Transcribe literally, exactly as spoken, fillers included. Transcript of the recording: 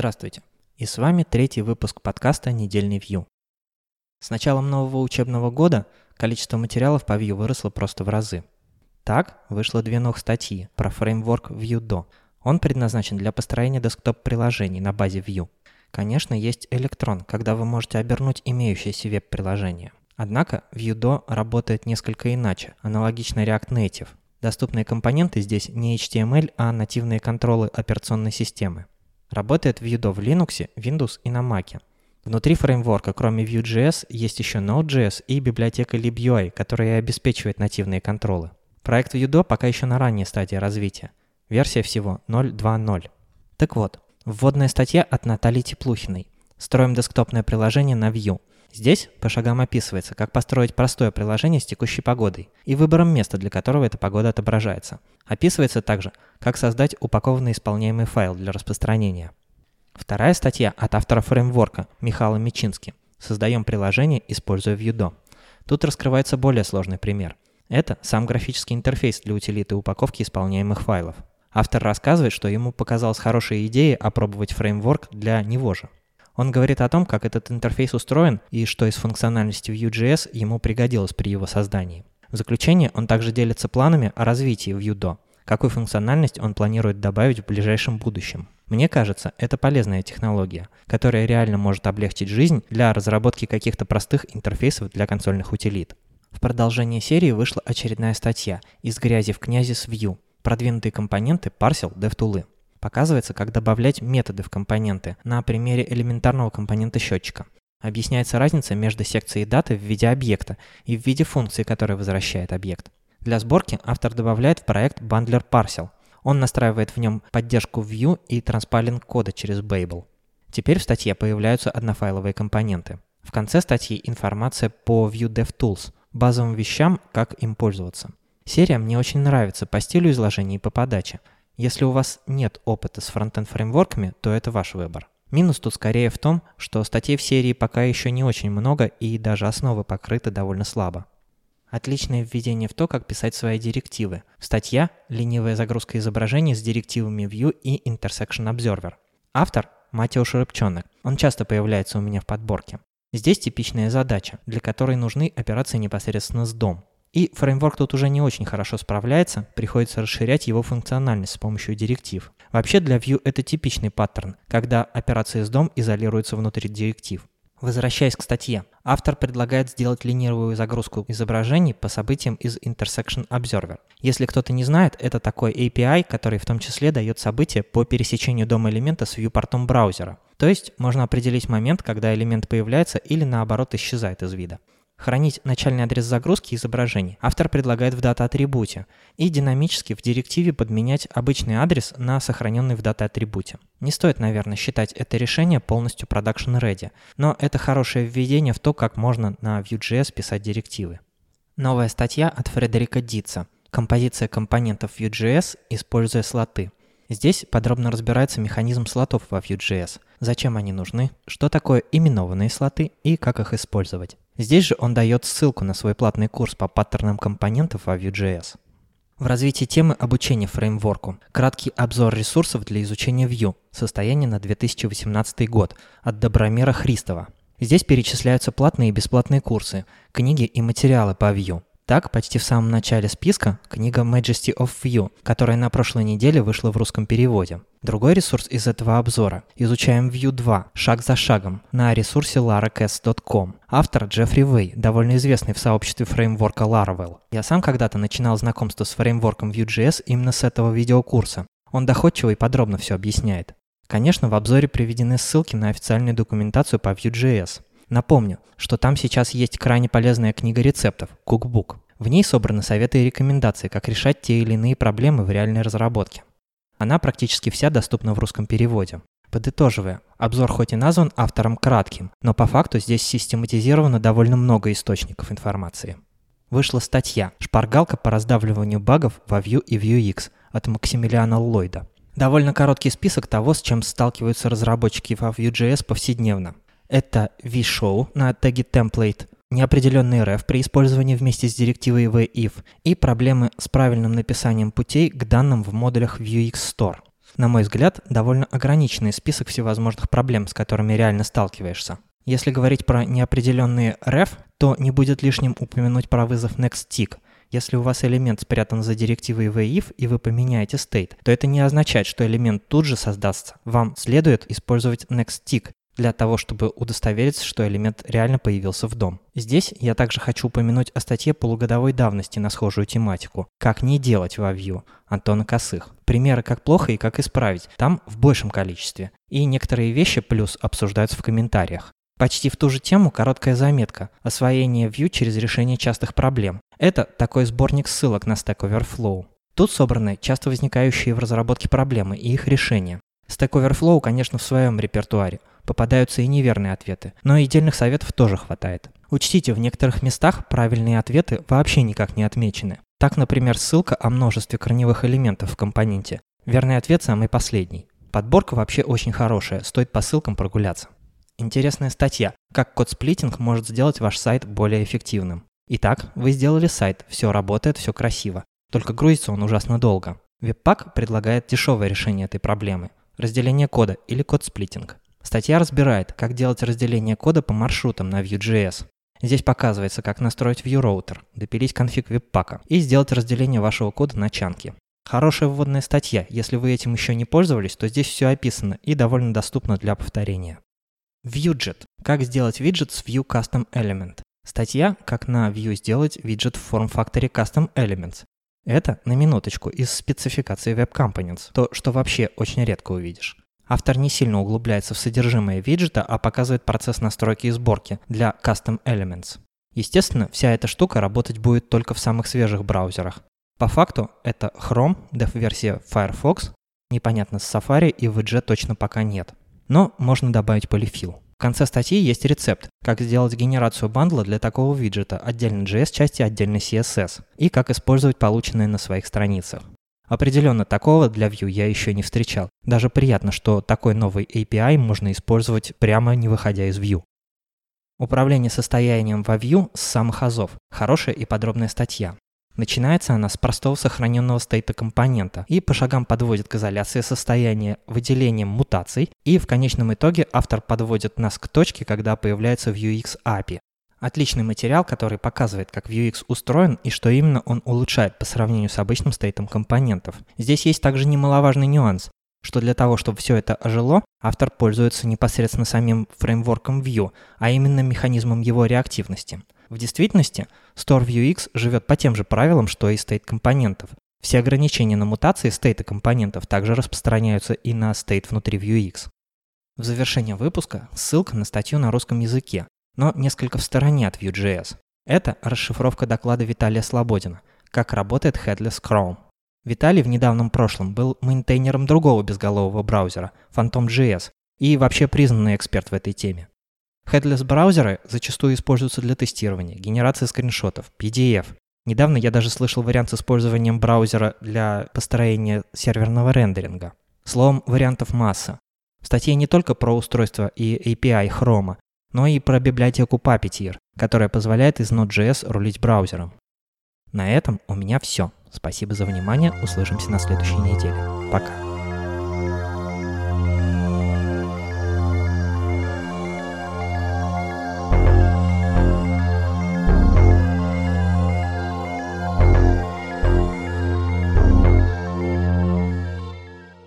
Здравствуйте, и с вами третий выпуск подкаста «Недельный Vue». С началом нового учебного года количество материалов по Vue выросло просто в разы. Так, вышло две новых статьи про фреймворк Vue.do. Он предназначен для построения десктоп-приложений на базе Vue. Конечно, есть Electron, когда вы можете обернуть имеющееся веб-приложение. Однако Vue.do работает несколько иначе, аналогично React Native. Доступные компоненты здесь не эйч ти эм эль, а нативные контролы операционной системы. Работает Vue.do в Linux, Windows и на Mac. Внутри фреймворка, кроме Vue.js, есть еще Node.js и библиотека libui, которая обеспечивает нативные контролы. Проект Vue.do пока еще на ранней стадии развития. Версия всего ноль точка два точка ноль. Так вот, вводная статья от Натальи Теплухиной. Строим десктопное приложение на Vue. Здесь по шагам описывается, как построить простое приложение с текущей погодой и выбором места, для которого эта погода отображается. Описывается также, как создать упакованный исполняемый файл для распространения. Вторая статья от автора фреймворка Михаила Мичински. Создаем приложение, используя Vue.do. Тут раскрывается более сложный пример. Это сам графический интерфейс для утилиты упаковки исполняемых файлов. Автор рассказывает, что ему показалась хорошая идея опробовать фреймворк для него же. Он говорит о том, как этот интерфейс устроен и что из функциональности Vue.js ему пригодилось при его создании. В заключение он также делится планами о развитии Vue.do, какую функциональность он планирует добавить в ближайшем будущем. Мне кажется, это полезная технология, которая реально может облегчить жизнь для разработки каких-то простых интерфейсов для консольных утилит. В продолжение серии вышла очередная статья «Из грязи в князи с Vue. Продвинутые компоненты парсил DevTools». Показывается, как добавлять методы в компоненты на примере элементарного компонента счетчика. Объясняется разница между секцией даты в виде объекта и в виде функции, которая возвращает объект. Для сборки автор добавляет в проект бандлер Parcel. Он настраивает в нем поддержку Vue и транспайлинг кода через Babel. Теперь в статье появляются однофайловые компоненты. В конце статьи информация по Vue DevTools, базовым вещам, как им пользоваться. Серия мне очень нравится по стилю изложения и по подаче. Если у вас нет опыта с фронтенд-фреймворками, то это ваш выбор. Минус тут скорее в том, что статей в серии пока еще не очень много и даже основы покрыты довольно слабо. Отличное введение в то, как писать свои директивы. Статья «Ленивая загрузка изображений с директивами Vue и Intersection Observer». Автор – Матеуш Рыбчонок. Он часто появляется у меня в подборке. Здесь типичная задача, для которой нужны операции непосредственно с дом. И фреймворк тут уже не очень хорошо справляется, приходится расширять его функциональность с помощью директив. Вообще для Vue это типичный паттерн, когда операции с дом изолируются внутри директив. Возвращаясь к статье, автор предлагает сделать линейную загрузку изображений по событиям из Intersection Observer. Если кто-то не знает, это такой эй пи ай, который в том числе дает события по пересечению дом-элемента с вьюпортом браузера. То есть можно определить момент, когда элемент появляется или наоборот исчезает из вида. Хранить начальный адрес загрузки изображений автор предлагает в дата-атрибуте и динамически в директиве подменять обычный адрес на сохраненный в дата-атрибуте. Не стоит, наверное, считать это решение полностью production-ready, но это хорошее введение в то, как можно на Vue.js писать директивы. Новая статья от Фредерика Дитца «Композиция компонентов Vue.js, используя слоты». Здесь подробно разбирается механизм слотов во Vue.js, зачем они нужны, что такое именованные слоты и как их использовать. Здесь же он дает ссылку на свой платный курс по паттернам компонентов во Vue.js. В развитии темы обучения фреймворку краткий обзор ресурсов для изучения Vue, состояние на две тысячи восемнадцатый год, от Добромира Христова. Здесь перечисляются платные и бесплатные курсы, книги и материалы по Vue. Так, почти в самом начале списка книга Majesty of Vue, которая на прошлой неделе вышла в русском переводе. Другой ресурс из этого обзора «Изучаем Vue два. Шаг за шагом» на ресурсе laracast точка ком. Автор Джеффри Вэй, довольно известный в сообществе фреймворка Laravel. Я сам когда-то начинал знакомство с фреймворком Vue.js именно с этого видеокурса. Он доходчиво и подробно все объясняет. Конечно, в обзоре приведены ссылки на официальную документацию по Vue.js. Напомню, что там сейчас есть крайне полезная книга рецептов Cookbook. В ней собраны советы и рекомендации, как решать те или иные проблемы в реальной разработке. Она практически вся доступна в русском переводе. Подытоживая, обзор хоть и назван автором кратким, но по факту здесь систематизировано довольно много источников информации. Вышла статья «Шпаргалка по раздавливанию багов во Vue и Vuex» от Максимилиана Ллойда. Довольно короткий список того, с чем сталкиваются разработчики во Vue.js повседневно. Это vShow на теге template, неопределенный реф при использовании вместе с директивой if и проблемы с правильным написанием путей к данным в модулях Vuex Store. На мой взгляд, довольно ограниченный список всевозможных проблем, с которыми реально сталкиваешься. Если говорить про неопределенные реф, то не будет лишним упомянуть про вызов nextTick. Если у вас элемент спрятан за директивой if и вы поменяете state, то это не означает, что элемент тут же создастся. Вам следует использовать nextTick для того, чтобы удостовериться, что элемент реально появился в дом. Здесь я также хочу упомянуть о статье полугодовой давности на схожую тематику «Как не делать во Vue» Антона Косых. Примеры, как плохо и как исправить, там в большем количестве. И некоторые вещи плюс обсуждаются в комментариях. Почти в ту же тему короткая заметка «Освоение Vue через решение частых проблем». Это такой сборник ссылок на Stack Overflow. Тут собраны часто возникающие в разработке проблемы и их решения. Stack Overflow, конечно, в своем репертуаре. Попадаются и неверные ответы, но и дельных советов тоже хватает. Учтите, в некоторых местах правильные ответы вообще никак не отмечены. Так, например, ссылка о множестве корневых элементов в компоненте. Верный ответ самый последний. Подборка вообще очень хорошая, стоит по ссылкам прогуляться. Интересная статья «Как код-сплитинг может сделать ваш сайт более эффективным». Итак, вы сделали сайт, все работает, все красиво. Только грузится он ужасно долго. Webpack предлагает дешевое решение этой проблемы – разделение кода или код-сплитинг. Статья разбирает, как делать разделение кода по маршрутам на Vue.js. Здесь показывается, как настроить Vue-роутер, допилить конфиг Webpack и сделать разделение вашего кода на чанки. Хорошая вводная статья, если вы этим еще не пользовались, то здесь все описано и довольно доступно для повторения. Vuejet. Как сделать виджет с Vue Custom Element. Статья «Как на Vue сделать виджет в форм-факторе Custom Elements». Это, на минуточку, из спецификации Web Components, то, что вообще очень редко увидишь. Автор не сильно углубляется в содержимое виджета, а показывает процесс настройки и сборки для Custom Elements. Естественно, вся эта штука работать будет только в самых свежих браузерах. По факту это Chrome, дев-версия Firefox, непонятно с Safari и в Edge точно пока нет. Но можно добавить полифил. В конце статьи есть рецепт, как сделать генерацию бандла для такого виджета, отдельно джей эс-части, отдельно си эс эс, и как использовать полученное на своих страницах. Определенно такого для Vue я еще не встречал. Даже приятно, что такой новый эй пи ай можно использовать прямо не выходя из Vue. Управление состоянием во Vue с самых азов. Хорошая и подробная статья. Начинается она с простого сохраненного стейта компонента и по шагам подводит к изоляции состояния, выделением мутаций, и в конечном итоге автор подводит нас к точке, когда появляется Vuex эй пи ай. Отличный материал, который показывает, как Vuex устроен и что именно он улучшает по сравнению с обычным стейтом компонентов. Здесь есть также немаловажный нюанс, что для того, чтобы все это ожило, автор пользуется непосредственно самим фреймворком Vue, а именно механизмом его реактивности. В действительности, Store Vuex живет по тем же правилам, что и стейт компонентов. Все ограничения на мутации стейта компонентов также распространяются и на стейт внутри Vuex. В завершение выпуска ссылка на статью на русском языке, но несколько в стороне от Vue.js. Это расшифровка доклада Виталия Слободина «Как работает Headless Chrome». Виталий в недавнем прошлом был мейнтейнером другого безголового браузера Phantom.js и вообще признанный эксперт в этой теме. Headless-браузеры зачастую используются для тестирования, генерации скриншотов, пи ди эф. Недавно я даже слышал вариант с использованием браузера для построения серверного рендеринга. Словом, вариантов масса. В статье не только про устройство и эй пи ай Chrome, но и про библиотеку Puppeteer, которая позволяет из Node.js рулить браузером. На этом у меня все. Спасибо за внимание, услышимся на следующей неделе. Пока.